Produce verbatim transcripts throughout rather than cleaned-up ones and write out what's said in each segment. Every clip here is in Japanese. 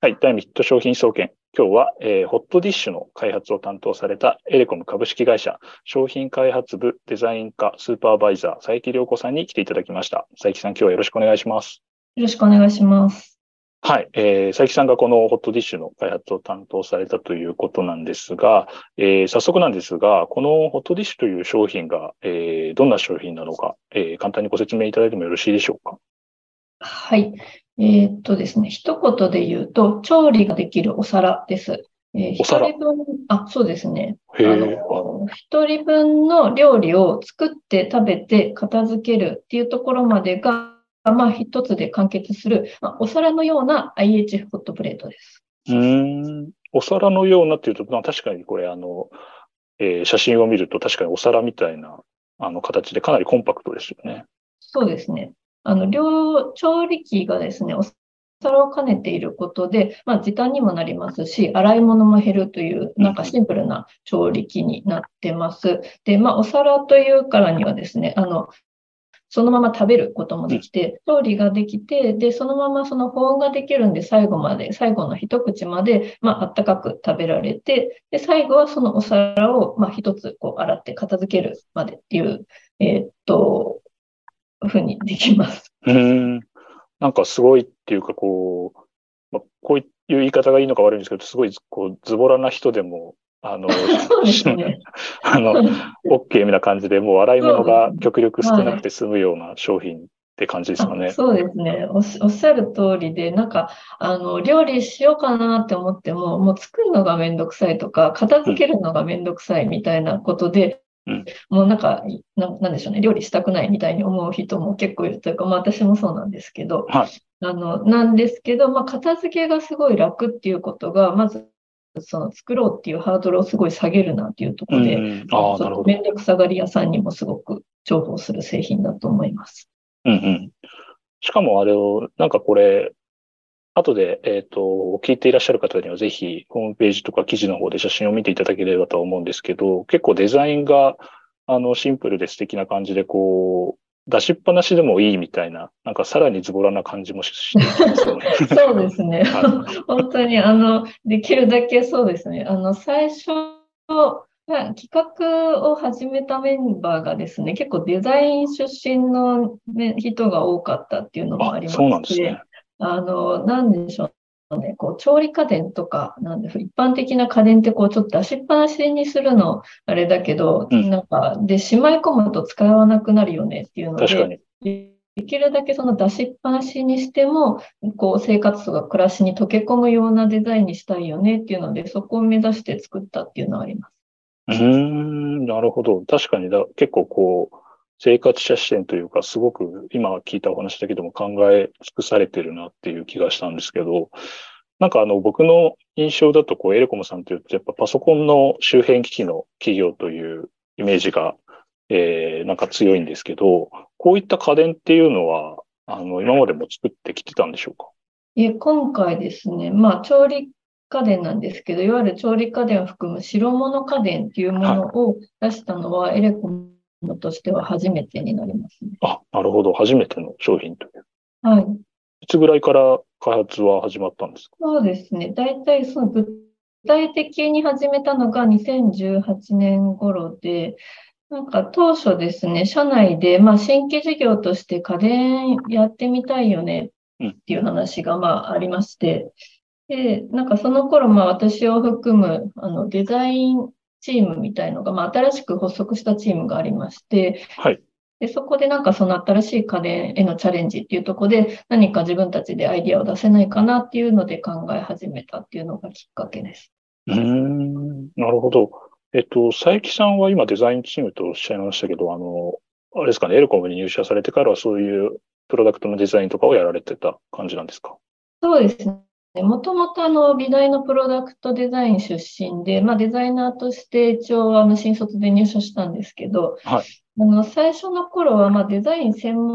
はい、ダイミット商品総研。今日は、えー、ホットディッシュの開発を担当されたエレコム株式会社商品開発部デザイン課スーパーバイザー佐伯良子さんに来ていただきました。佐伯さん、今日はよろしくお願いします。 よろしくお願いします。 はい、えー、佐伯さんがこのホットディッシュの開発を担当されたということなんですが、えー、早速なんですが、このホットディッシュという商品が、えー、どんな商品なのか、えー、簡単にご説明いただいてもよろしいでしょうか。 はい。えーっとですね、一言で言うと、調理ができるお皿です。えー、 お皿。 一人分、あ、そうですね。あの、 へえ、あ、 一人分の料理を作って食べて片付けるっていうところまでが、まあ、一つで完結する、まあ、お皿のような アイエイチ ホットプレートです。 うーん、お皿のようなっていうと、まあ、確かにこれ、あの、えー写真を見ると確かにお皿みたいな、あの、形でかなりコンパクトですよね。 そうですね。あの、両、調理器がですね、お皿を兼ねていることで、まあ、時短にもなりますし、洗い物も減るという、なんかうんうん。 シンプルな調理器になってます。で、まあ、お皿というからにはですね、あの、そのまま食べることもうんできて、調理ができて、で、そのままその保温ができるんで、最後まで、最後の一口まで、まあ、あったかく食べられて、で、最後はそのお皿を、まあ、一つ、こう、洗って片付けるまでっていう、えーっと、ふうにできます。 うーん。なんかすごいっていうか、こう、まあ、こういう言い方がいいのか悪いんですけど、すごい、こう、ズボラな人でも、あの、しそうでしすね。 あの、OK みたいな感じで、もう洗い物がそうですね。 極力少なくてはい。 済むような商品って感じですかあ、 ね。 そうですね。おっし、おっしゃる通りで、なんか、あの、料理しようかなって思っても、もう作るのがめんどくさいとか、片うん、 付けるのがめんどくさいみたいなことで、 うん、 もうなんか、な、なんでしょうね。料理したくないみたいに思う人も結構いるというか、まあ私もそうなんですけど、 はい。 あの、なんですけど、まあ片付けがすごい楽っていうことが、まず、その作ろうっていうハードルをすごい下げるなっていうとこうろで、 ん、ああ、 ちょっなるほど。 とめんどくさがり屋さんにもすごく重宝する製品だと思います。 うん、うん。しかもあれを、なんかこれ、後で、えっと、聞いていらっしゃる方にはぜひ、ホームページとか記事の方で写真を見ていただければと思うんですけど、結構デザインが、あの、シンプルで素敵な感じで、こう、出しっぱなしでもいいみたいな、なんかさらにズボラな感じもししてきますよね。 そうですね。 はい。 本当に、あの、できるだけそうですね。あの、最初、まあ企画を始めたメンバーがですね、結構デザイン出身の、ね、人が多かったっていうのもあ、 ありまそうなんですね。 して、あの、なんでしょうね、こう、調理家電とか、なんでしょう、一般的な家電ってこう、ちょっと出しっぱなしにするの、あれだけど、 うん。 なんか、で、しまい込むと使わなくなるよねっていうので、 確かに。 できるだけその出しっぱなしにしても、こう生活とか暮らしに溶け込むようなデザインにしたいよねっていうので、そこを目指して作ったっていうのはあります。 うーん、なるほど。確かにだ、結構こう、生活者視点というか、すごく今聞いたお話だけでも考え尽くされてるなっていう気がしたんですけど、なんかあの、僕の印象だと、こう、エレコムさんというと、やっぱパソコンの周辺機器の企業というイメージが、えー、なんか強いんですけど、こういった家電っていうのは、あの、今までも作ってきてたんでしょうか？ え、今回ですね、まあ、調理家電なんですけど、いわゆる調理家電を含む白物家電っていうもはい。 のを出したのは、エレコムとしては初めてになりますね。 あ、なるほど。初めての商品という。 はい。 いつぐらいから開発は始まったんですか？ そうですね。大体その具体的に始めたのがにせんじゅうはちねん頃で、なんか当初ですね、社内で、まあ、新規事業として家電やってみたいよねっうん。 ていう話がまあありまして、で、なんかその頃、まあ私を含むあのデザインチームみたいのが、まあ新しく発足したチームがありまして、 はい。 で、そこでなんかその新しい家電へのチャレンジっていうところで何か自分たちでアイディアを出せないかなっていうので考え始めたっていうのがきっかけです。 うーん、なるほど。えっと、佐伯さんは今デザインチームとおっしゃいましたけど、あの、あれですかね、エルコムに入社されてからはそういうプロダクトのデザインとかをやられてた感じなんですか？ そうですね。もともとあの美大のプロダクトデザイン出身で、まあ、デザイナーとして一応あの新卒で入社したんですけど、 はい。 あの最初の頃はまあデザイン専門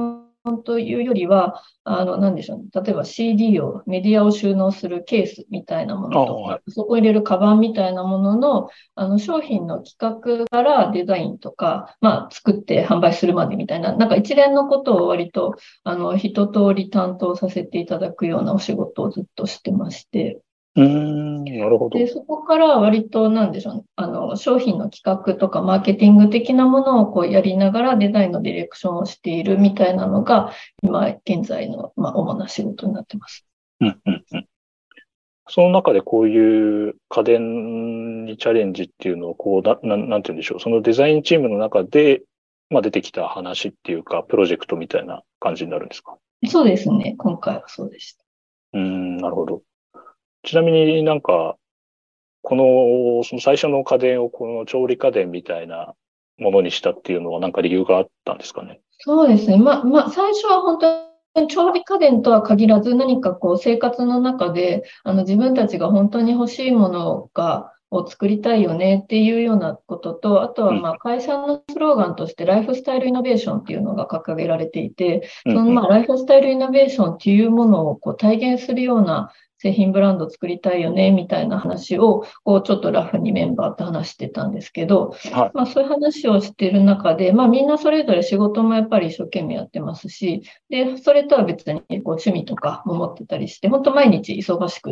というよりは、あの、なんでしょうね。例えば シーディー を、メディアを収納するケースみたいなものとか、そこに入れるカバンみたいなものの、あの、商品の企画からデザインとか、まあ、作って販売するまでみたいな、なんか一連のことを割と、あの、一通り担当させていただくようなお仕事をずっとしてまして、 うーん、なるほど。 で、そこから割と、なんでしょうね、あの、商品の企画とかマーケティング的なものをこうやりながらデザインのディレクションをしているみたいなのが、今現在の、まあ、主な仕事になってます。 うんうんうん。その中でこういう家電にチャレンジっていうのを、こう、な、なん、なんて言うんでしょう。そのデザインチームの中で、まあ出てきた話っていうか、プロジェクトみたいな感じになるんですか？ そうですね。今回はそうでした。 うーん、なるほど。ちなみになんか、この、その最初の家電をこの調理家電みたいなものにしたっていうのはなんか理由があったんですかね？ そうですね。まあ、まあ、最初は本当に調理家電とは限らず、何かこう生活の中で、あの自分たちが本当に欲しいものが、を作りたいよねっていうようなことと、あとはうん、 まあ会社のスローガンとしてライフスタイルイノベーションっていうのが掲げられていて、 うん、うん。 そのまあライフスタイルイノベーションっていうものをこう体現するような製品ブランドを作りたいよねみたいな話をこうちょっとラフにメンバーと話してたんですけど、 はい。 まあ、そういう話をしている中で、まあ、みんなそれぞれ仕事もやっぱり一生懸命やってますし、で、それとは別にこう趣味とかも持ってたりして、本当毎日忙しくって、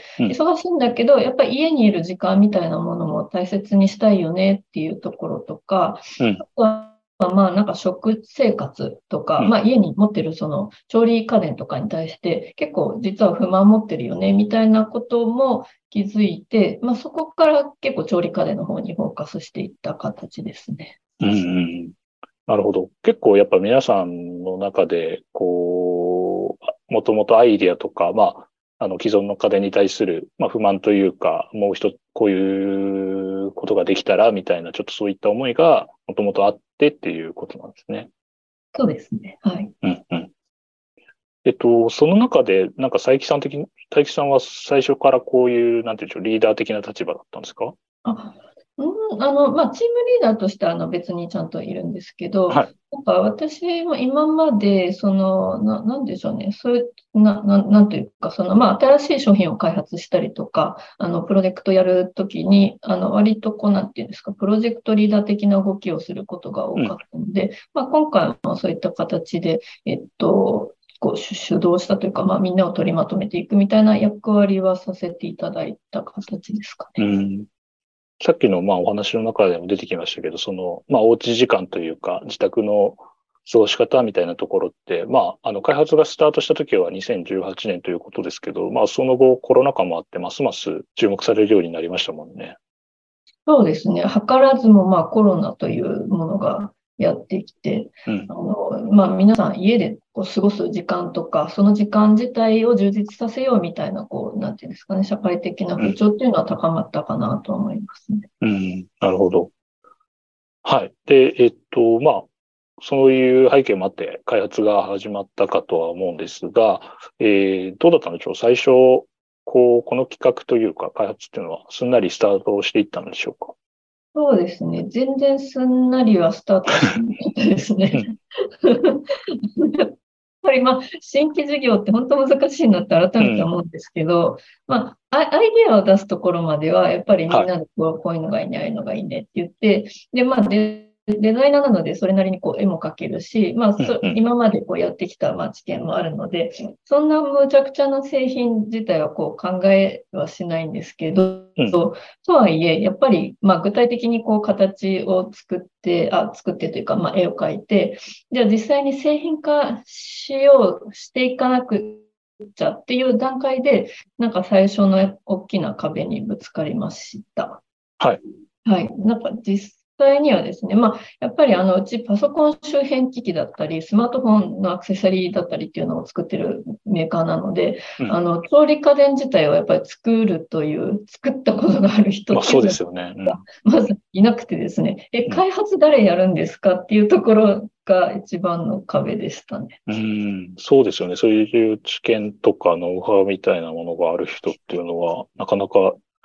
うん、 忙しいんだけど、やっぱり家にいる時間みたいなものも大切にしたいよねっていうところとか、 うん、 あとはまあなんか食生活とか、 うん。 まあ家に持ってるその調理家電とかに対して結構実は不満持ってるよねみたいなことも気づいて、まあそこから結構調理家電の方にフォーカスしていった形ですね。 うん、うん。なるほど。結構やっぱ皆さんの中で、こう、もともとアイディアとか、まあ、あの既存の家電に対する、まあ、不満というか、もう一つこういうことができたら、みたいな、ちょっとそういった思いがもともとあってっていうことなんですね。 そうですね。はい。 うん、うん。えっと、その中で、なんか佐伯さん的に、佐伯さんは最初からこういう、なんていうんでしょう、リーダー的な立場だったんですか？ あ、うん、あの、まあ、チームリーダーとしてあの別にちゃんといるんですけど、 はい。 なんか私も今まで、その、な、なんでしょうね、そういう、な、な、なんというか、その、まあ、新しい商品を開発したりとか、あの、プロジェクトやるときに、あの、割とこう、なんていうんですか、プロジェクトリーダー的な動きをすることが多うん、 かったので、まあ、今回もそういった形で、えっと、こう主主導したというか、まあ、みんなを取りまとめていくみたいな役割はさせていただいた形ですかね。 うん。さっきのまあお話の中でも出てきましたけど、その、まあおうち時間というか、自宅の過ごし方みたいなところって、まあ、あの開発がスタートした時はにせんじゅうはちねんということですけど、まあその後コロナ禍もあって、ますます注目されるようになりましたもんね。 そうですね。図らずもまあコロナというものがやってきて、 うん。 あの、まあ皆さん家でこう過ごす時間とか、その時間自体を充実させようみたいな、こう、なんていうんですかね、社会的なうん。 風潮っていうのは高まったかなと思いますね。 うん。なるほど。はい。で、えっと、まあ、そういう背景もあって開発が始まったかとは思うんですが、えー、どうだったんでしょう。最初、こう、この企画というか開発っていうのはすんなりスタートしていったんでしょうか。 そうですね。全然すんなりはスタートしなかったですね。 うん。 やっぱりまあ、新規事業って本当難しいなって改めてうん。 思うんですけど、まあ、アイアイデアを出すところまでは、やっぱりみはい。 んなでこうこういうのがいいね、ああいうのがいいねって言って、で、まあ、デ、デザイナーなので、それなりにこう絵も描けるし、まあ、 うん。 そうん。 今までこうやってきたまあ知見もあるので、そんな無茶苦茶な製品自体はこう考えはしないんですけど、 うん。 とはいえ、やっぱり、まあ、具体的にこう形を作って、あ、作ってというか、まあ、絵を描いて、じゃあ実際に製品化しよう、していかなくちゃっていう段階で、なんか最初の大きな壁にぶつかりました。 はい。 はい。なんか実際にはですね、まあ、やっぱりあのうちパソコン周辺機器だったり、スマートフォンのアクセサリーだったりっていうのを作ってるメーカーなので、 うん。 あの調理家電自体をやっぱり作るという、作ったことがある人まあそうっていうのですよね。うん。 まずいなくてですね、え、 うん。 開発誰やるんですかっていうところが一番の壁でしたね。 うん。そうですよね。そういう知見とかノウハウみたいなものがある人っていうのは、なかなか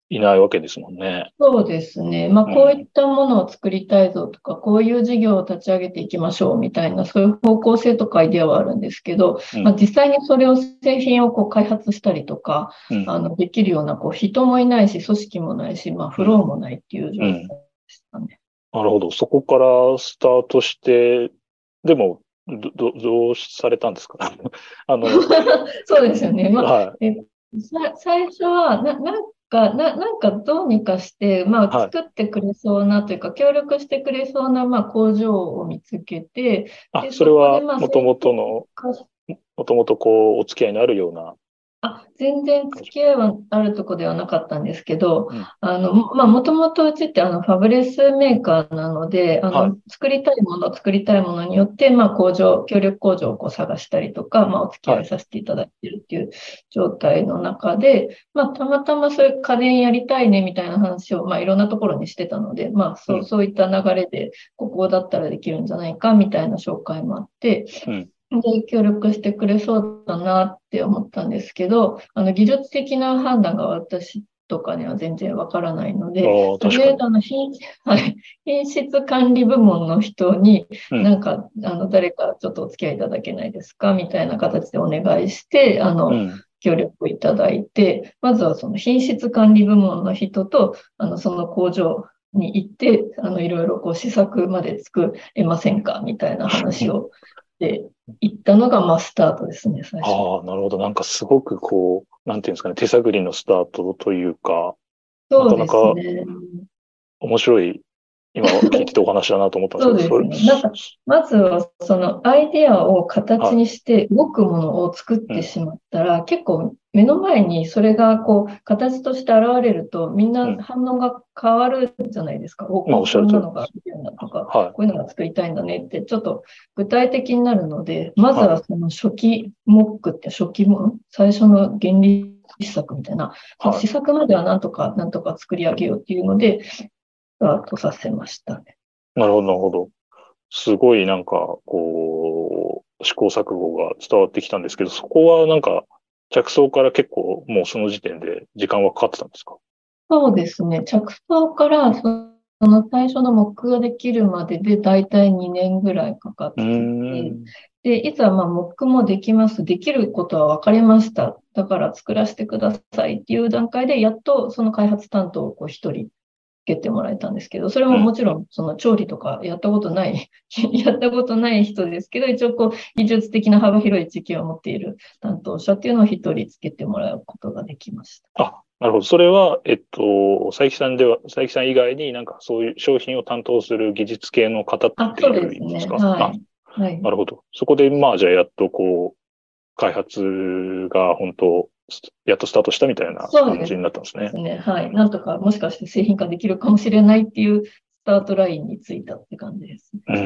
いないわけですもんね。 そうですね。まあ、 うん。 こういったものを作りたいぞとか、こういう事業を立ち上げていきましょうみたいな、そういう方向性とかアイデアはあるんですけど、まあ、 うん。 実際にそれを製品をこう開発したりとか、 うん。 あの、できるようなこう人もいないし、組織もないし、まあ、フローうん。 もないっていう状態でうん。 したね。 なるほど。そこからスタートして、でも、ど、どどうされたんですか？あの、 そうですよね。まあ、 はい。 え、さ、最初は、な、なんか、な、なんかどうにかして、まあ、 はい。 作ってくれそうなというか、協力してくれそうな、まあ、工場を見つけて、 あ、 で、 それそこで、 はまあ、製もともと品の、 化しもともとこう、お付き合いのあるようなあ、全然感じ。 付き合いはあるとこではなかったんですけど、 うん。 あの、まあ、もともとうちってあのファブレスメーカーなので、あはい。 の、作りたいもの、作りたいものによって、まあ、工場、協力工場をこう探したりとか、まあ、お付きはい。 合いさせていただいているっていう状態の中で、まあ、たまたまそういう家電やりたいねみたいな話を、まあ、いろんなところにしてたので、まあ、そう、 うん。 そういった流れで、ここだったらできるんじゃないかみたいな紹介もあって、 うん。 で、協力してくれそうだなって思ったんですけど、あの、技術的な判断が私とかには全然わからないので、 ああ、確かに。 とりあえず、あの、品、はい、品質管理部門の人に、 うん。 なんか、あの、誰かちょっとお付き合いいただけないですかみたいな形でお願いして、あの、 うん。 協力いただいて、まずはその品質管理部門の人と、あの、その工場に行って、あの、いろいろこう試作まで作れませんかみたいな話をで行ったのが、まあ、スタートですね、最初。 ああ、なるほど。なんかすごくこう、なんていうんですかね、手探りのスタートというか、なそうですかなかね。 面白い、今聞いててお話だなと思ったんですけど、それ、 そうですね。なんか、まずはそのアイデアを形はにして動くものを作っい。うん。 てしまったら、結構目の前にそれがこう形として現れると、みんなうん。 反応が変わるじゃないですか。お、 まあ、おっこ、 しゃるこんなの通りです。 ができるんだとか、 はこういうのが作りたいんだねって、ちょっと具体的になるので、まい。はい。 ずはその初期モックって初期も、最初の原理試作みたいな、そのはい。 試作まではなんとか、なんとか作り上げようっていうので、スタートさせましたね。 なるほど、なるほど。すごいなんか、こう、試行錯誤が伝わってきたんですけど、そこはなんか、着想から結構もうその時点で時間はかかってたんですか？ そうですね。着想からそその最初の目ができるまででだいたいにねんぐらいかかっうーてて、 ん。 で、いざまあ目もできます。できることは分かりました。だから作らせてくださいっていう段階で、やっとその開発担当をこう一人つけてもらえたんですけど、それうん。 ももちろんその調理とかやったことない、やったことない人ですけど、一応こう技術的な幅広い知識を持っている担当者っていうのを一人つけてもらうことができました。 あ、なるほど。それは、えっと、佐伯さんでは、佐伯さん以外になんかそういう商品を担当する技術系の方っあ、そうていうですね。 意味ですか？あ、 はい。はい。 なるほど。そこで、まあ、じゃあやっとこう、開発が本当、やっとスタートしたみたいなそうで感じになったんですね。 すね。はい。なんとかもしかして製品化できるかもしれないっていうスタートラインについたって感じですね。 うん。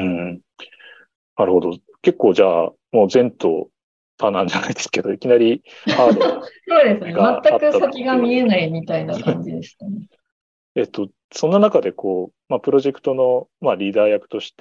なるほど。結構じゃあ、もう前途多難じゃないですけど、いきなりハードなそうですね。 があったっ全く先がていう。 見えないみたいな感じでしたね。 えっと、そんな中でこう、まあ、プロジェクトの、まあ、リーダー役として、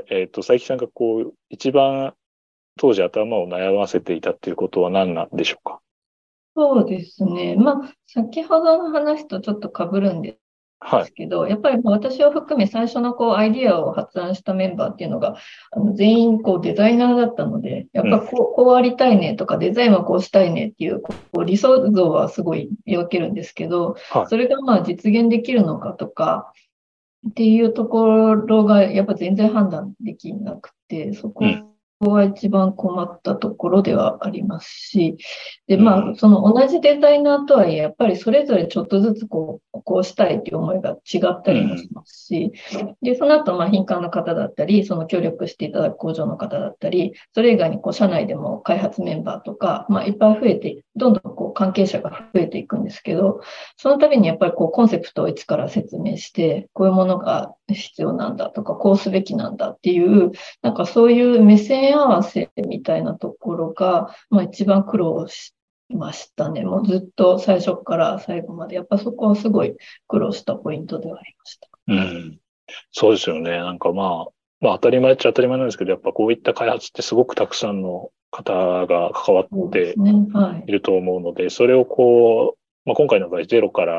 えっと、佐伯さんがこう、一番当時頭を悩ませていたっていうことは何なんでしょうか？ そうですね。まあ、先ほどの話とちょっと被るんではい。 すけど、やっぱり私を含め最初のこうアイディアを発案したメンバーっていうのが、あの全員こうデザイナーだったので、やっうん。 ぱこう、こうありたいねとか、デザインはこうしたいねっていう、こう理想像はすごい描けるんですけど、 はい。 それがまあ実現できるのかとかっていうところがやっぱ全然判断できなくて、そうん。 こは一番困ったところではありますし、で、まあ、 うん。 その同じデザイナーとはいえ、やっぱりそれぞれちょっとずつこう、こうしたいっていう思いが違ったうん。 りもしますし、で、その後、まあ、品管の方だったり、その協力していただく工場の方だったり、それ以外にこう、社内でも開発メンバーとか、まあ、いっぱい増えて、どんどんこう、関係者が増えていくんですけど、その度にやっぱりこう、コンセプトを一から説明して、こういうものが必要なんだとか、こうすべきなんだっていう、なんかそういう目線合わせみたいなところが、まあ一番苦労しましたね。もうずっと最初から最後まで。やっぱそこはすごい苦労したポイントではありました。 うん。そうですよね。なんかまあ、まあ当たり前っちゃ当たり前なんですけど、やっぱこういった開発ってすごくたくさんの方が関わってそうですね。はい。 いると思うので、それをこう、まあ今回の場合ゼロから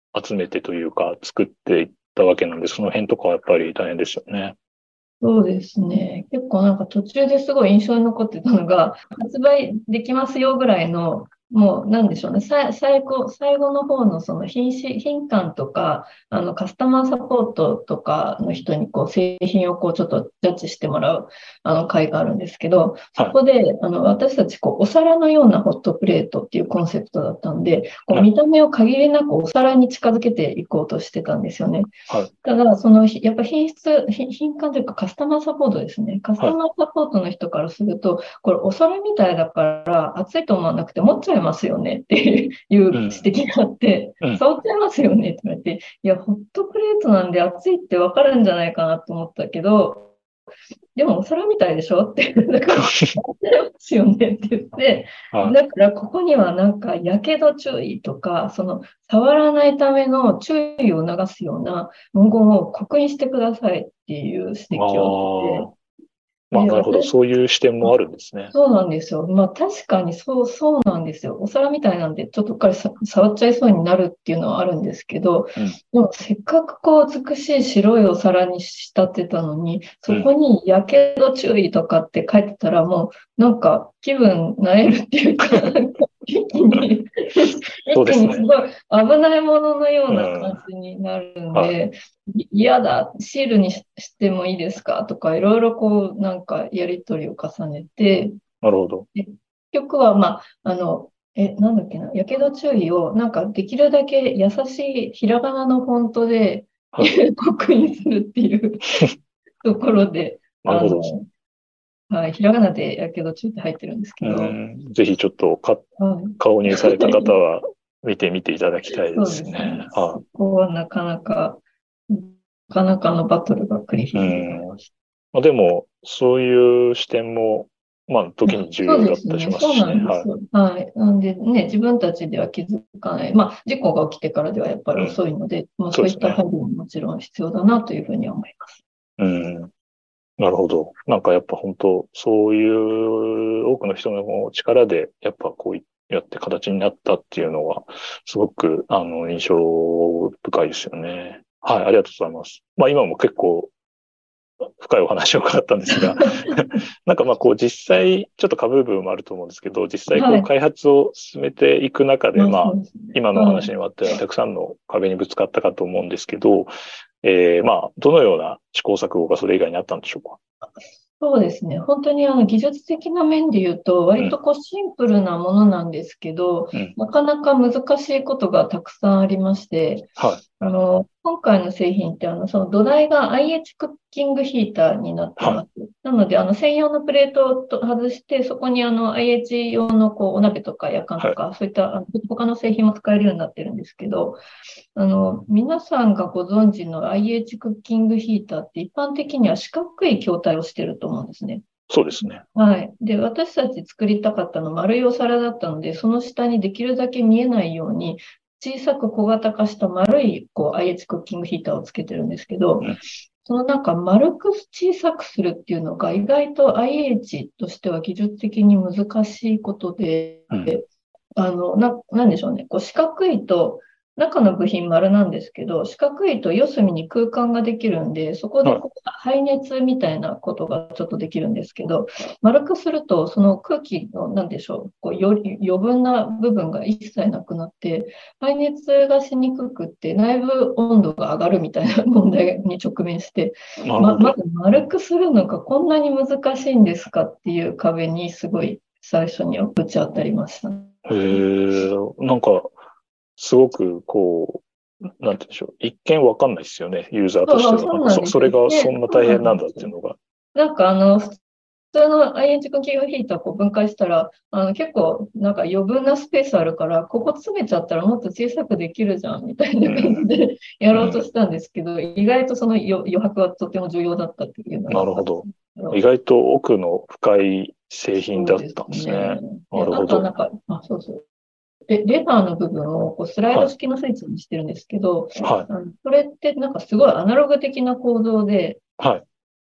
集めてというか作っていったわけなんで、その辺とかはやっぱり大変ですよね。 そうですね。結構なんか途中ですごい印象に残ってたのが、発売できますよぐらいの、もうなんでしょうね。さ最後、最後の方のその品質、品管とか、あのカスタマーサポートとかの人にこう製品をこうちょっとジャッジしてもらうあの会があるんですけど、そはこであの私たちこうお皿のようなホットプレートっていうコンセプトだったんで、こい。はい。 う見た目を限りなくお皿に近づけていこうとしてたんですよね。 はい。 ただ、その、ひやっぱ品質、品品管というかカスタマーサポートですね。カスはい。 タマーサポートの人からすると、これお皿みたいだから熱いと思わなくて持っちゃいますよねっていういううん。 指摘があって、 うん。 触っちゃいますよねって言われて、いや、ホットプレートなんで熱いってわかるんじゃないかなと思ったけど、でもお皿みたいでしょって、だから、持っちゃいますよねって言って、 はい。 だからここにはなんか、やけど注意とか、その、触らないための注意を促すような文言を刻印してくださいっていう指摘を受けて、 ああ。まあ、 で、 なるほど。 私、 そういう視点もあるんですね。 そうなんですよ。まあ確かにそう、そうなんですよ。お皿みたいなんで、ちょっとうっかりさ触っちゃいそうになるっていうのはあるんですけど、 うん。 でもせっかくこう美しい白いお皿に仕立てたのに、そこうん。 にやけど注意とかって書いてたらもうなんか気分なえるっていうか、なんか一気に一そうですね。 気にすごい危ないもののよううん。 な感はじになるんい。 で、い嫌だ、シールにししてもいいですかとか、いろいろこう、なんかやりとりを重ねて、 なるほど。 で結局は、まあ、あの、え、なんだっけな、やけど注意を、なんかできるだけ優しいひらがなのフォントではい。 刻印するっていうところで、 なるほど。 あの、はい、ひらがなでやけど注意って入ってるんですけうど、 ん。ぜひちょっとかはい。 購入された方は見てみていただきたいでそうですね。 すね。はそこはなかなか、なかなかのバトルが繰りい。う広げられん。 ましまあ、でも、そういう視点も、まあ、時た。 に重そう要だったりしですね。そうますしね。はい。 なんですよ。はい。なんでね、自分たちでは気づかない。まあ、事故が起きてからではやっぱりうん。 遅いので、まあ、そういったそうですね。 配慮ももちろん必要だなというふうには思います。 うん。なるほど。なんかやっぱ本当、そういう多くの人の力で、やっぱこうやって形になったっていうのは、すごく、あの、印象深いですよね。はい、ありがとうございます。まあ今も結構深いお話を伺ったんですが、なんかまあこう実際、ちょっと被る部分もあると思うんですけど、実際こはい。 う開発を進めていく中で、 まあ、 まあそうですね。 今のおはい。 話にもあったようにたくさんの壁にぶつかったかと思うんですけど、えー、まあどのような試行錯誤がそれ以外にあったんでしょうか？ そうですね。本当にあの技術的な面で言うと、 うん、 割とこうシンプルなものなんですけど、 うん、 なかなか難しいことがたくさんありまして、 はい、 あの、今回の製品って、あの、その土台が アイエイチ クッキングヒーターになってはい、 ます。なので、あの、専用のプレートをと外して、そこにあの、アイエイチ 用のこう、お鍋とかやかんはい。 とか、そういったあの他の製品も使えるようになってるんですけど、あの、皆さんがご存知の アイエイチ クッキングヒーターって一般的には四角い筐体をしてると思うんですね。 そうですね。 はい。で、私たち作りたかったの丸いお皿だったので、その下にできるだけ見えないように、小さく小型化した丸いこう アイエイチ クッキングヒーターをつけてるんですけど、 うん、 そのなんか丸く小さくするっていうのが意外と アイエイチ としては技術的に難しいことで、 うん、 あの、な、なんでしょうね。こう四角いと、中の部品丸なんですけど、四角いと四隅に空間ができるんで、そこではい。 こう排熱みたいなことがちょっとできるんですけど、丸くすると、その空気の、なんでしょう、こうより余分な部分が一切なくなって、排熱がしにくくって、内部温度が上がるみたいな問題に直面して、ま、 なるほど。 まず丸くするのがこんなに難しいんですかっていう壁にすごい最初にぶち当たりました。 へえ、なんか、すごく、こう、なんて言うんでしょう。一見わかんないですよね。ユーザーとそうそう、 しては。 そなんかそ、 うなんですよ。 それがそで、 んなそうな大変なんだっんですよ。 ていうのが。 なんかあの、普通の アイエイチ クッキングヒーターをこう分解したら、あの結構なんか余分なスペースあるから、ここ詰めちゃったらもっと小さくできるじゃんみたいな感うん、 じでやうん。 ろうとしたんですけど、意外とその余余白はとても重要だったっていうのが分かったんでなるほど。 すけど、 意外と奥の深い製品そうですだったんですね。 ね。なで、 るほど。 あとはなんか、あ、そうそう。レ、レバーの部分をこうスライはい、 ド式のスイッチにしてるんですけど、 はい、 あのそれってなんかすごいアナログ的な構造で、 はい。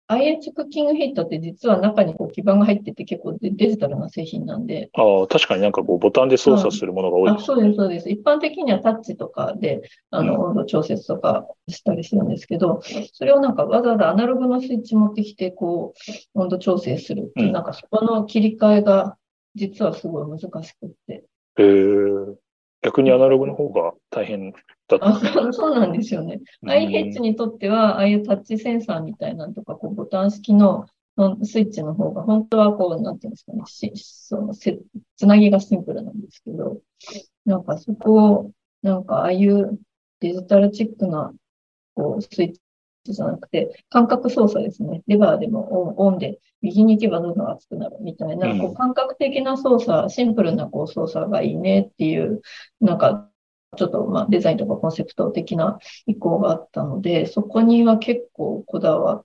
アイエイチ クッキングヒートって実は中にこう基板が入ってて結構デデジタルな製品なんで、 ああ、確かになんかこうボタンで操作するものが多いあ、 ですね。 そうです、そうです。一般的にはタッチとかで、あの、 うん。 温度調節とかしたりするんですけど、それをなんかわざわざアナログのスイッチ持ってきて、こう、温度調整するっていう、 うん。 なんかそこの切り替えが実はすごい難しくって。 えー、逆にアナログの方が大変だった。 あ、そう、そうなんですよね。 うアイエイチん。 にとっては、ああいうタッチセンサーみたいなのとか、こうボタン式ののスイッチの方が、本当はこう、なんていうんですかね、し、そのせ、つなぎがシンプルなんですけど、なんかそこを、なんかああいうデジタルチックなこうスイッチじゃなくて、感覚操作ですね。レバーでもオン、オンで、右に行けばどんどん熱くなるみたいな、こううん。 感覚的な操作、シンプルなこう操作がいいねっていう、なんかちょっとまあデザインとかコンセプト的な意向があったので、そこには結構こだわって、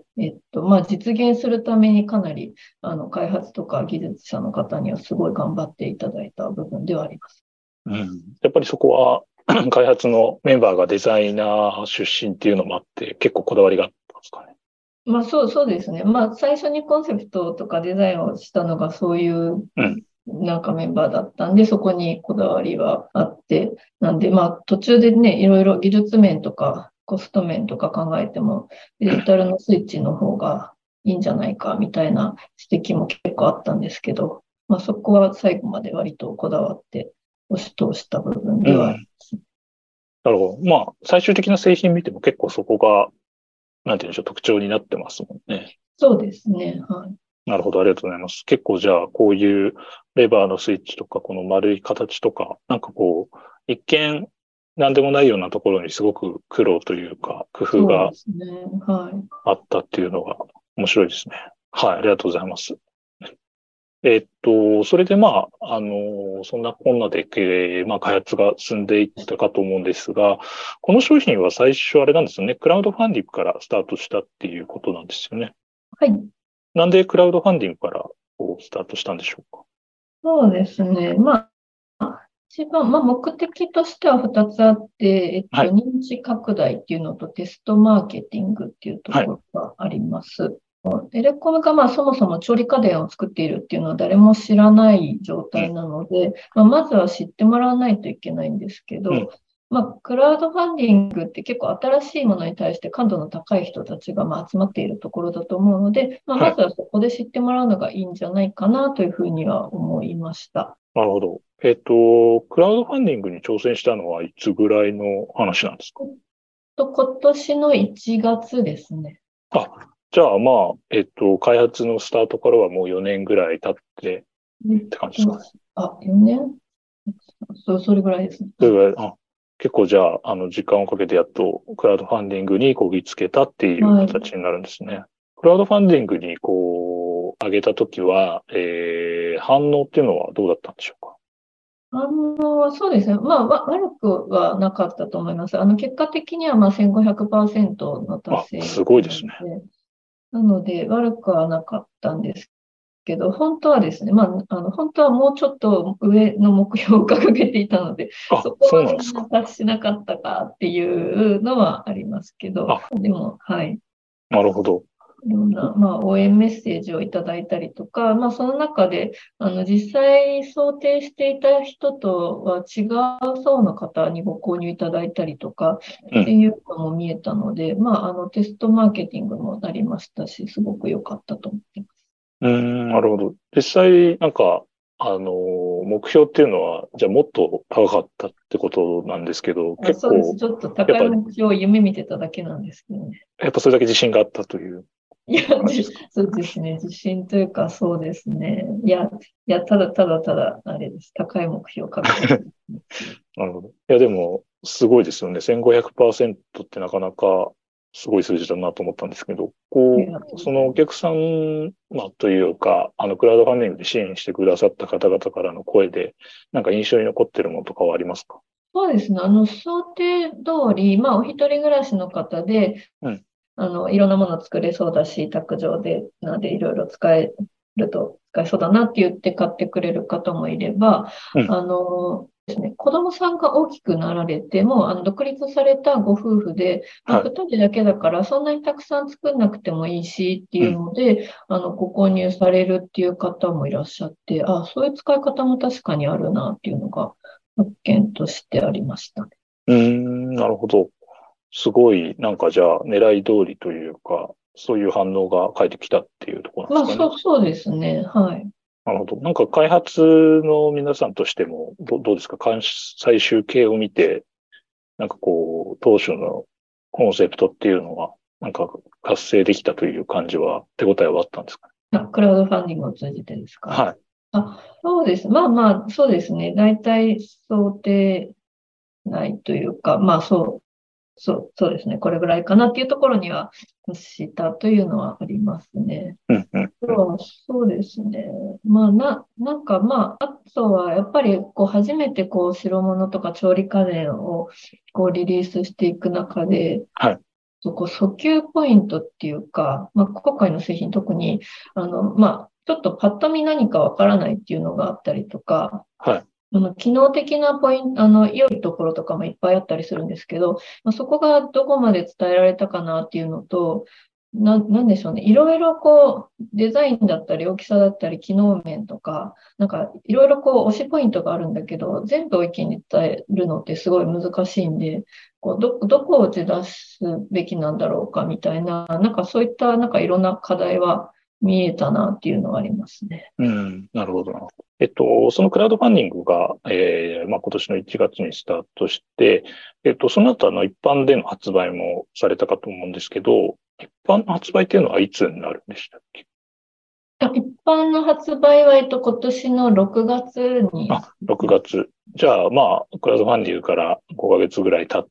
えっと、まあ実現するためにかなり、あの、開発とか技術者の方にはすごい頑張っていただいた部分ではあります。 うん。やっぱりそこは開発のメンバーがデザイナー出身っていうのもあって、結構こだわりがあったんですかね。 まあそう、そうですね。まあ最初にコンセプトとかデザインをしたのがそういううん。 なんかメンバーだったんで、そこにこだわりはあって、なんでまあ途中でね、いろいろ技術面とかコスト面とか考えても、デジタルのスイッチの方がいいんじゃないかみたいな指摘も結構あったんですけど、まあそこは最後まで割とこだわって押し通した部分ではありうん。 ます。 なるほど。まあ、最終的な製品見ても結構そこが、なんていうんでしょう、特徴になってますもんね。 そうですね。はい。 なるほど、ありがとうございます。結構じゃあ、こういうレバーのスイッチとか、この丸い形とか、なんかこう、一見、なんでもないようなところにすごく苦労というか、工夫そうがですね。はい。 あったっていうのが面白いですね。はい、ありがとうございます。えっと、それでまあ、あの、そんなこんなで、えーまあ、開発が進んでいったかと思うんですが、この商品は最初あれなんですよね。クラウドファンディングからスタートしたっていうことなんですよね。 はい。 なんでクラウドファンディングからこうスタートしたんでしょうか。 そうですね。まあ、一番、まあ、目的としてはふたつあって、えっと、 はい。 認知拡大っていうのとテストマーケティングっていうとはい。 ころがあります。テレコムがまあそもそも調理家電を作っているっていうのは誰も知らない状うん。 態なので、まあ、まずは知ってもらわないといけないんですけうん。 ど、まあ、クラウドファンディングって結構新しいものに対して感度の高い人たちがまあ集まっているところだと思うので、まあ、 はい。 まずはそこで知ってもらうのがいいんじゃないかなというふうには思いました。 なるほど。えっと、クラウドファンディングに挑戦したのはいつぐらいの話なんですか？ と、今年のいちがつですね。 あ、じゃあまあ、えっと、開発のスタートからはもうよねんぐらい経ってっえって感じですかと、 ね。 あ、よねんそう、それぐらいですね。はい。 それぐらい、あ、結構じゃあ、あの、時間をかけてやっとクラウドファンディングにこぎつけたっていうはい。 形になるんですね。クラウドファンディングにこう、上げたときは、えー、反応っていうのはどうだったんでしょうか？ あの、そうですね。まあ、わ悪くはなかったと思います。あの、結果的には、まあ、せんごひゃくパーセントの達あ、す成ごいですね。 なので、なので、悪くはなかったんですけど、本当はですね、まあ、あの、本当はもうちょっと上の目標を掲げていたので、 あ、 そこそうなんですか。 は達しなかったかっていうのはありますけど、 あ、 でも、はい。 なるほど。 いろんな、まあ、応援メッセージをいただいたりとか、まあ、その中で、あの、実際想定していた人とは違う層の方にご購入いただいたりとかってうん。 いうのも見えたので、まあ、あの、テストマーケティングもなりましたし、すごく良かったと思っています。 うーん、なるほど。実際、なんか、あの、目標っていうのは、じゃあもっと高かったってことなんですけど、 あ、そうです。 結構、 ちょっとやっぱ、 高い目標を夢見てただけなんですけどね。 やっぱそれだけ自信があったといういや、じ、 感じですか？ そうですね。自信というか、そうですね。いや、いや、ただただただ、あれです。高い目標を掲げてる。 なるほど。いや、でも、すごいですよね。せんごひゃくパーセントってなかなかすごい数字だなと思ったんですけど、こありがとう、 うございます。 そのお客さん、まあ、というか、あの、クラウドファンディングで支援してくださった方々からの声で、なんか印象に残ってるものとかはありますか？ そうですね。あの、想定通り、まあ、お一人暮らしの方で、 うん、 あの、いろんなもの作れそうだし、卓上で、なんでいろいろ使えると、使えそうだなって言って買ってくれる方もいれば、 うん、 あの、 ですね、子供さんが大きくなられて、もうあの独立されたご夫婦で、まあ、 はい。 ふたりだけだからそんなにたくさん作んなくてもいいしっていううん。 ので、あのご購入されるっていう方もいらっしゃって、あ、そういう使い方も確かにあるなっていうのが発見としてありましたね。 うーん、なるほど。すごい、なんかじゃあ、狙い通りというか、そういう反応が返ってきたっていうところなんですかね。 まあそう、そうですね。はい。 なるほど。なんか開発の皆さんとしても、ど、どうですか監視最終形を見て、なんかこう、当初のコンセプトっていうのは、なんか達成できたという感じは、手応えはあったんですかね。 あ、クラウドファンディングを通じてですか？ はい。 あ、そうです。まあまあ、そうですね。大体想定内というか、まあそう、そう、そうですね。これぐらいかなっていうところには達したというのはありますね。 うん、うん、うん。 そう、そうですね。まあ、な、なんかまあ、あとはやっぱりこう初めてこう白物とか調理家電をこうリリースしていく中で、 はい。 そこ訴求ポイントっていうか、まあ、今回の製品特に、あの、まあ、ちょっとパッと見何かわからないっていうのがあったりとか、 はい。 あの、機能的なポイント、あの、良いところとかもいっぱいあったりするんですけど、まあ、そこがどこまで伝えられたかなっていうのと、な、なんでしょうね。いろいろこう、デザインだったり、大きさだったり、機能面とか、なんか、いろいろこう、推しポイントがあるんだけど、全部を一気に伝えるのってすごい難しいんで、こう、ど、どこを打ち出すべきなんだろうかみたいな、なんかそういった、なんかいろんな課題は見えたなっていうのはありますね。 うん、なるほどな。えっと、そのクラウドファンディングが、えー、まあ、今年のいちがつにスタートして、えっと、その後、あの、一般での発売もされたかと思うんですけど、一般の発売っていうのはいつになるんでしたっけ？ あ一般の発売は、えっと、今年のろくがつに、 あ、ろくがつ。じゃあ、まあ、クラウドファンディングからごかげつぐらい経って、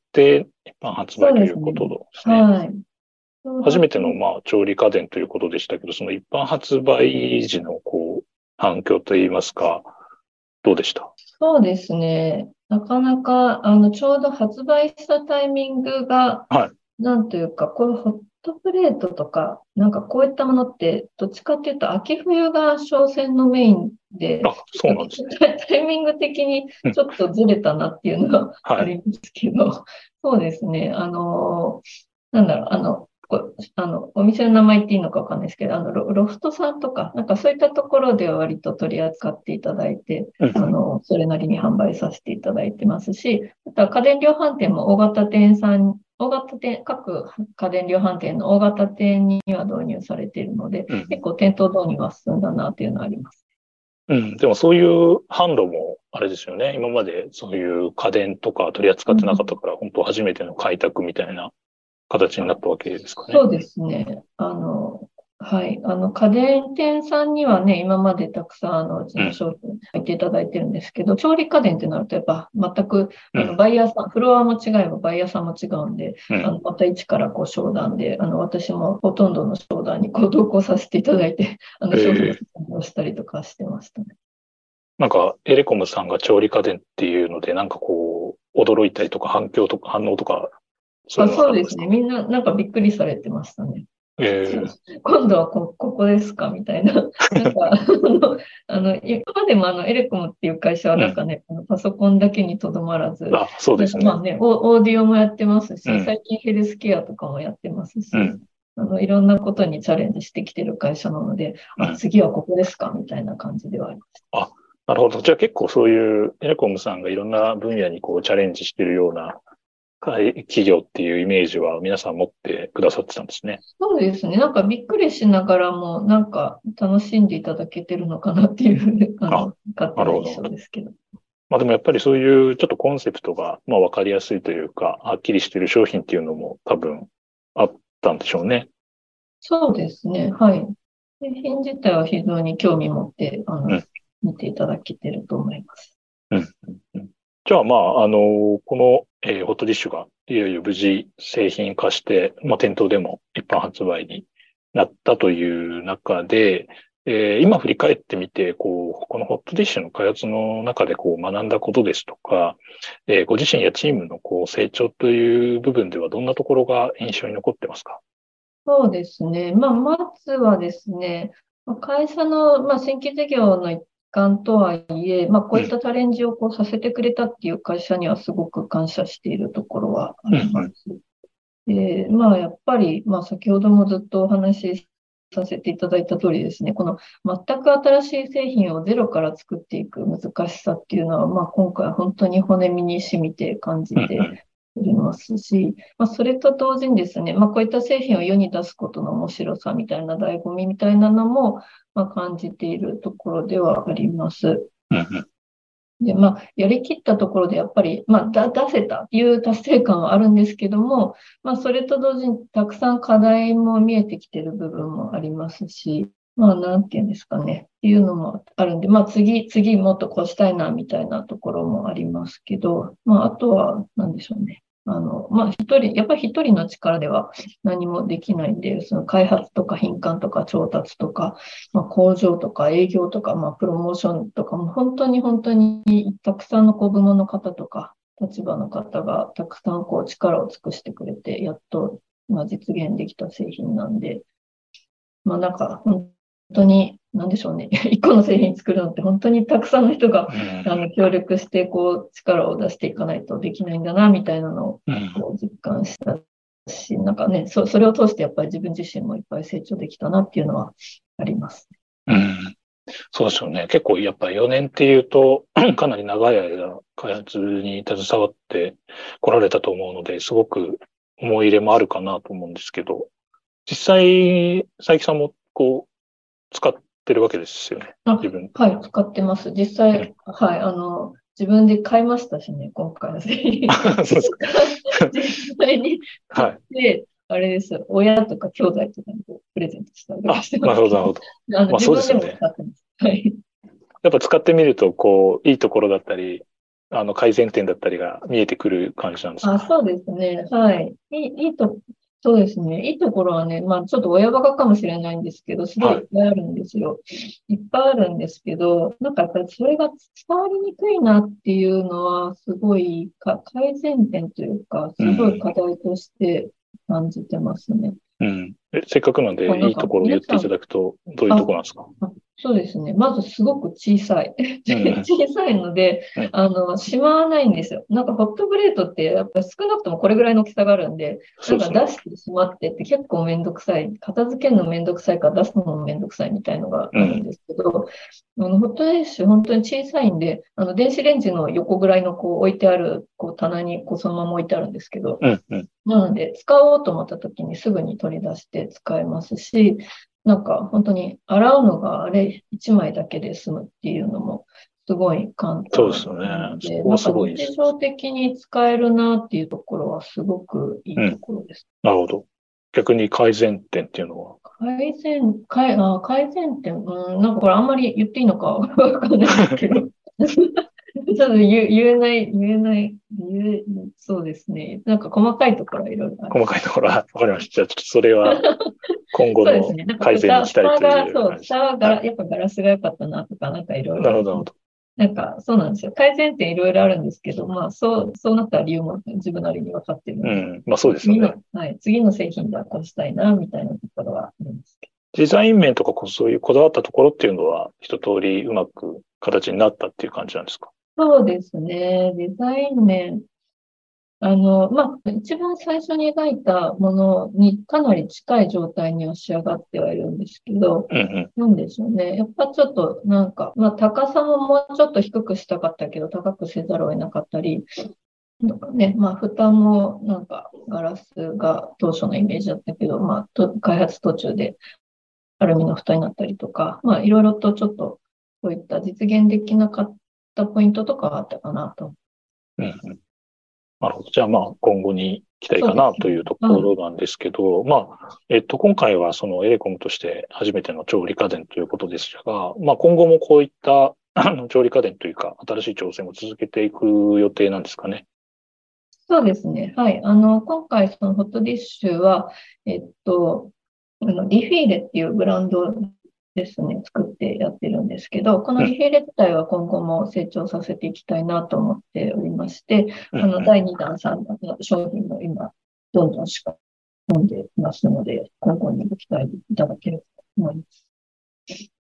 一般発売というこそうですね。 とですね。 はい。ちょうど、 初めての、まあ、調理家電ということでしたけど、その一般発売時の、こう、反響といいますか、どうでした？ そうですね。なかなか、あの、ちょうど発売したタイミングが、 はい。 なんというか、こういうホットプレートとか、なんかこういったものって、どっちかっていうと、秋冬が商戦のメインで、 あ、そうなんですね。 タイミング的にうん。 ちょっとずれたなっていうのはあはい。 りますけど、そうですね。あの、なんだろう、あの、こあの、お店の名前言っていいのかわかんないですけど、あの、ロ、ロフトさんとか、なんかそういったところでは割と取り扱っていただいて、 うん。 あの、それなりに販売させていただいてますし、あとは家電量販店も大型店さん、大型店、各家電量販店の大型店には導入されているので、 うん。 結構店頭導入は進んだなというのはあります。 うん。でもそういう販路も、あれですよね。今までそういう家電とか取り扱ってなかったから、本当初めての開拓みたいな形になったわけですかね。 そうですね。あの、はい。あの、家電店さんにはね、今までたくさん、あの、うちうん。 の商品入っていただいてるんですけど、調理家電ってなると、やっぱ、全く、あの、 うん。 バイヤーさん、フロアも違えば、バイヤーさんも違うんで、 うん。 あの、また一からこう、商談で、あの、私もほとんどの商談にこう、同行させていただいて、あの、商品のえー、 説明をしたりとかしてましたね。 なんか、エレコムさんが調理家電っていうので、なんかこう、驚いたりとか反響とか反応とか、そういあ、 うのはそうですね。 なかったですか？ みんな、なんかびっくりされてましたね。 え今度はこ、ここですかみたいな。なんか、あの、あの今までもあの、エレコムっていう会社はー、うん。 なんかね、あのパソコンだけにとどまらず、 あ、そうですね。 なんかまあね、オ、オーディオもやってますし、 うん。 最近ヘルスケアとかもやってますし、 うん。 あの、いろんなことにチャレンジしてきてる会社なので、あ、 うん。 次はここですかみたいな感じではあります。 あ、なるほど。じゃあ結構そういうエレコムさんがいろんな分野にこうチャレンジしているような会企業っていうイメージは皆さん持ってくださってたんですね。 そうですね。なんかびっくりしながらも、なんか楽しんでいただけてるのかなっていう、ああ、 の、勝手な印なるほど。 象ですけど。 まあでもやっぱりそういうちょっとコンセプトがまあわかりやすいというか、はっきりしている商品っていうのも多分あったんでしょうね。 そうですね。はい。製品自体は非常に興味持って、あの、 うん。 見ていただけてると思います。 うん。うん。じゃあまあ、あの、この、えーホットディッシュがいよいよ無事製品化して、まあ店頭でも一般発売になったという中で、えー今振り返ってみて、こう、このホットディッシュの開発の中でこう学んだことですとか、えーご自身やチームのこう成長という部分ではどんなところが印象に残ってますか？ そうですね。まあ、まずはですね、まあ会社の、まあ、新規事業の感とはいえ、まあ、こうん、 ういったチャレンジをこうさせてくれたっていう会社にはすごく感謝しているところはあうん、 りまうん。 す。で、まあ、やっぱり、まあ、先ほどもずっとお話しさせていただいた通りですね、この全く新しい製品をゼロから作っていく難しさっていうのは、まあ、今回本当に骨身に染みて感じうん、うん。 ておりますし、まあ、それと同時にですね、まあ、こういった製品を世に出すことの面白さみたいな醍醐味みたいなのも、まあ、感じているところではあります。 うん、うん。 で、まあ、やりきったところでやっぱり、まあ、だ、出せたという達成感はあるんですけども、まあ、それと同時にたくさん課題も見えてきている部分もありますし、まあ、なんていうんですかね、っていうのもあるんで、まあ、次、次もっとこうしたいな、みたいなところもありますけど、まあ、あとは、なんでしょうね。あの、まあ、一人、やっぱり一人の力では何もできないんで、その開発とか品管とか調達とか、まあ、工場とか営業とか、まあ、プロモーションとかも本当に本当にたくさんのこう部門の方とか立場の方がたくさんこう力を尽くしてくれて、やっとまあ実現できた製品なんで、まあなんか本当に、なんでしょうね。一個の製品作るのって本当にたくさんの人がうん、 あの協力してこう力を出していかないとできないんだな、みたいなのをうん。 こう実感したし、なんかね、そ、それを通してやっぱり自分自身もいっぱい成長できたなっていうのはあります。 うん。そうですよね。結構やっぱよねんっていうと、かなり長い間開発に携わってこられたと思うので、すごく思い入れもあるかなと思うんですけど、実際、佐伯さんもこう、使ってるわけですよね。自あ、 分。 はい、使ってます。実うん。 際、はい、あの、自分で買いましたしね、今回の製品。 そうですか。 実際に買っはい。 て、あれです、親とか兄弟とかにこうプレゼントしたりとかあ、 してまなるほど、なすけど、 るほど。 あの、 まあ自分でもそうですよね。 使ってます。はい。 やっぱ使ってみると、こう、いいところだったり、あの、改善点だったりが見えてくる感じなんですあ、 か？ そうですね。はい。いい、いいと、そうですね。いいところはね、まあちょっと親バカかもしれないんですけど、すごいいはい。 っぱいあるんですよ。いっぱいあるんですけど、なんかやっぱりそれが伝わりにくいなっていうのは、すごいか改善点というか、すごいうん。 課題として感じてますね。 うん。え、せっかくなんで、 こうなんかいいところを言っていた皆さん、 だくと、どういうところあ、 なんですか？ あそうですね。まずすごく小さい。 うん。 小さいので、 うん。 あの、しまわないんですよ。なんかホットプレートってやっぱり少なくともこれぐらいの大きさがあるんで、なんかそうですね。 出してしまってって結構めんどくさい。片付けるのめんどくさいから出すのもめんどくさいみたいのがあるんうん。 ですけど、あのホットプレッシュ本当に小さいんで、あの電子レンジの横ぐらいのこう置いてあるこう棚にこうそのまま置いてあるんですけど、 うん。うん。 なので、使おうと思った時にすぐに取り出して使えますし、なんか本当に洗うのがあれいちまいだけで済むっていうのもすごい簡単そうですよね。 なので、 そこはなんかすごいです。 日常的に使えるなっていうところはすごくいいとうん。 ころです。 なるほど。逆に改善点っていうのは？ 改善、改、あ、改善点、うん、なんかこれあんまり言っていいのかわかんないんですけど、ちょっと言え言えない、言えない、言え、そうですね。なんか細かいところはいろいろある。 細かいところはわかりました。じゃあ、ちょっとそれは今後のそうですね。なんか改善に蓋、 期待と蓋が、そう、 いう感じ。 蓋はガラ、 はい。 やっぱガラスが良かったなとか、なんかいろいろ、 なるほど、なるほど。 なんかそうなんですよ。改善点いろいろあるんですけど、まあそう、そうなった理由も自分なりに分かってるんで、 うん。まあそうですよ次の、 ね。 はい、次の製品ではこうしたいな、みたいなところはあるんですけデザイン面とかこうそういうこだわったところっていうのは一通りうまく形になったっていう感じなんですか？ ど。そうですね。デザイン面、あの、まあ、一番最初に描いたものにかなり近い状態には仕上がってはいるんですけど、 うんうん。 なんでしょうね。やっぱちょっとなんか、まあ高さももうちょっと低くしたかったけど、高くせざるを得なかったり、なんかね、まあ蓋もなんかガラスが当初のイメージだったけど、まあと開発途中でアルミの蓋になったりとか、まあいろいろとちょっとそういった実現できなかったポイントとかはあったかなと。 うんうん。なるほど。じゃあまあ今後に期待かそうですね。 なというとはい。 ころなんですけど、まあ、えっと、今回はそのエレコムとして初めての調理家電ということでしたが、まあ今後もこういったあの調理家電というか新しい挑戦を続けていく予定なんですかね？ そうですね。はい。あの、今回そのホットディッシュは、えっと、あの、リフィーレっていうブランドですね、作ってやってるんですけど、このうん、 リフィーレ自体は今後も成長させていきたいなと思っておりまして、 うん、 あの、 うん。 だいにだん、さんだんの商品も今、どんどん仕込んでいますので、今後にご期待いただければと思います。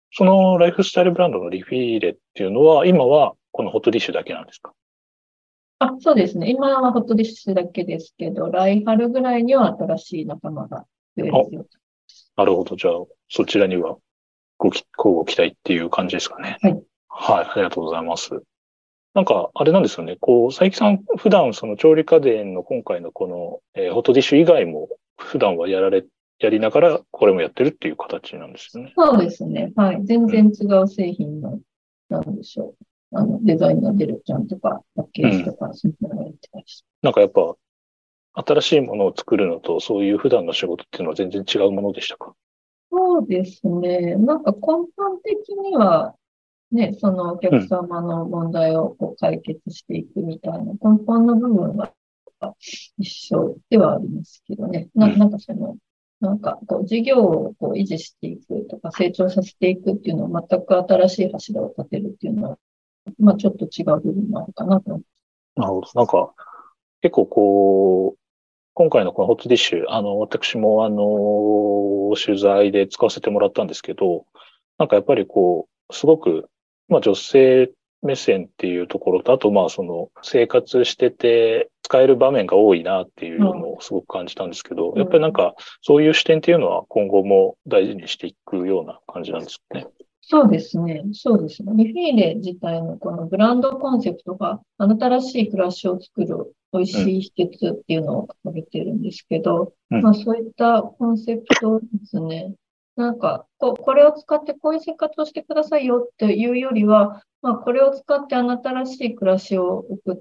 そのライフスタイルブランドのリフィーレっていうのは、今はこのホットディッシュだけなんですか？ あ、そうですね。今はホットディッシュだけですけど、来春ぐらいには新しい仲間が増えるあ、 よ。 なるほど。じゃあ、そちらにはごき、こうご期待っていう感じですかね。 はい。 はい、ありがとうございます。なんか、あれなんですよね。こう、佐伯さん、普段その調理家電の今回のこの、えーホットディッシュ以外も、普段はやられ、やりながら、これもやってるっていう形なんですよね。 そうですね。はい。全うん。 然違う製品の、なんでしょう。あの、デザインが出るちゃんとか、パッケうん。 ージとか、そういうのをやってました。 なんかやっぱ、新しいものを作るのと、そういう普段の仕事っていうのは全然違うものでしたか？ そうですね。なんか根本的には、ね、そのお客うん。 様の問題をこう解決していくみたいな根本の部分は一緒ではありますけどね。な、 うん。 なんかその、なんかこう事業をこう維持していくとか成長させていくっていうのは全く新しい柱を立てるっていうのは、まあちょっと違う部分もあるかなと思います。 なるほど。なんか、結構こう、今回のこのホットディッシュ、あの、私もあの、取材で使わせてもらったんですけど、なんかやっぱりこう、すごく、まあ女性目線っていうところと、あとまあその生活してて使える場面が多いなっていうのをすごく感じたんですけど、やっぱりなんかそういう視点っていうのは今後も大事にしていくような感じなんですかね。 そうですね。そうですね。リフィーレ自体のこのブランドコンセプトが、あなたらしい暮らしを作る美味うん、 しい秘訣っていうのを掲げてるんですけど、 うん、 まあそういったコンセプトをですね、なんかこ、これを使ってこういう生活をしてくださいよっていうよりは、まあこれを使ってあなたらしい暮らしを送って、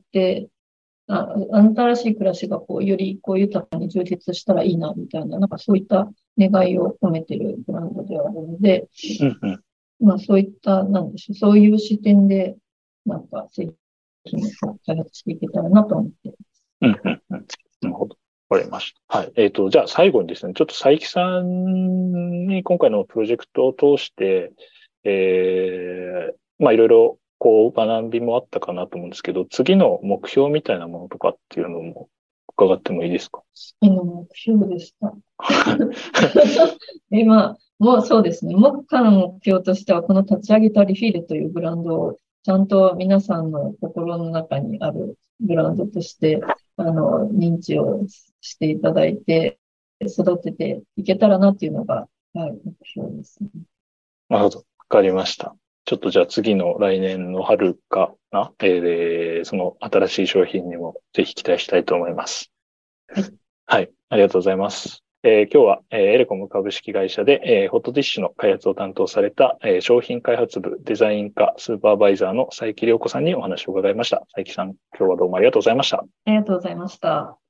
あ、あなたらしい暮らしがこう、よりこう豊かに充実したらいいな、みたいな、なんかそういった願いを込めてるブランドではあるので、 うん、うん、 まあそういった、なんでしょう、そういう視点で、なんか製品を開発していけたらなと思って。 うん、うん。うん、なるほど。わかりました。はい。えっと、じゃあ最後にですね、ちょっと佐伯さんに今回のプロジェクトを通して、えー、まあいろいろこう学びもあったかなと思うんですけど、次の目標みたいなものとかっていうのも伺ってもいいですか？ 次の目標でした。今、もうそうですね。目下の目標としては、この立ち上げたリフィールというブランドを、ちゃんと皆さんの心の中にあるブランドとして、あの、認知をしていただいて、育てていけたらなっていうのが、はい、目標ですね。 なるほど。わかりました。ちょっとじゃあ次の来年の春かな、えー、その新しい商品にもぜひ期待したいと思います。 はい。 はい。ありがとうございます。えー今日は、えーエレコム株式会社で、えーホットディッシュの開発を担当された、えー商品開発部デザイン課スーパーバイザーの佐伯良子さんにお話を伺いました。佐伯さん、今日はどうもありがとうございました。 ありがとうございました。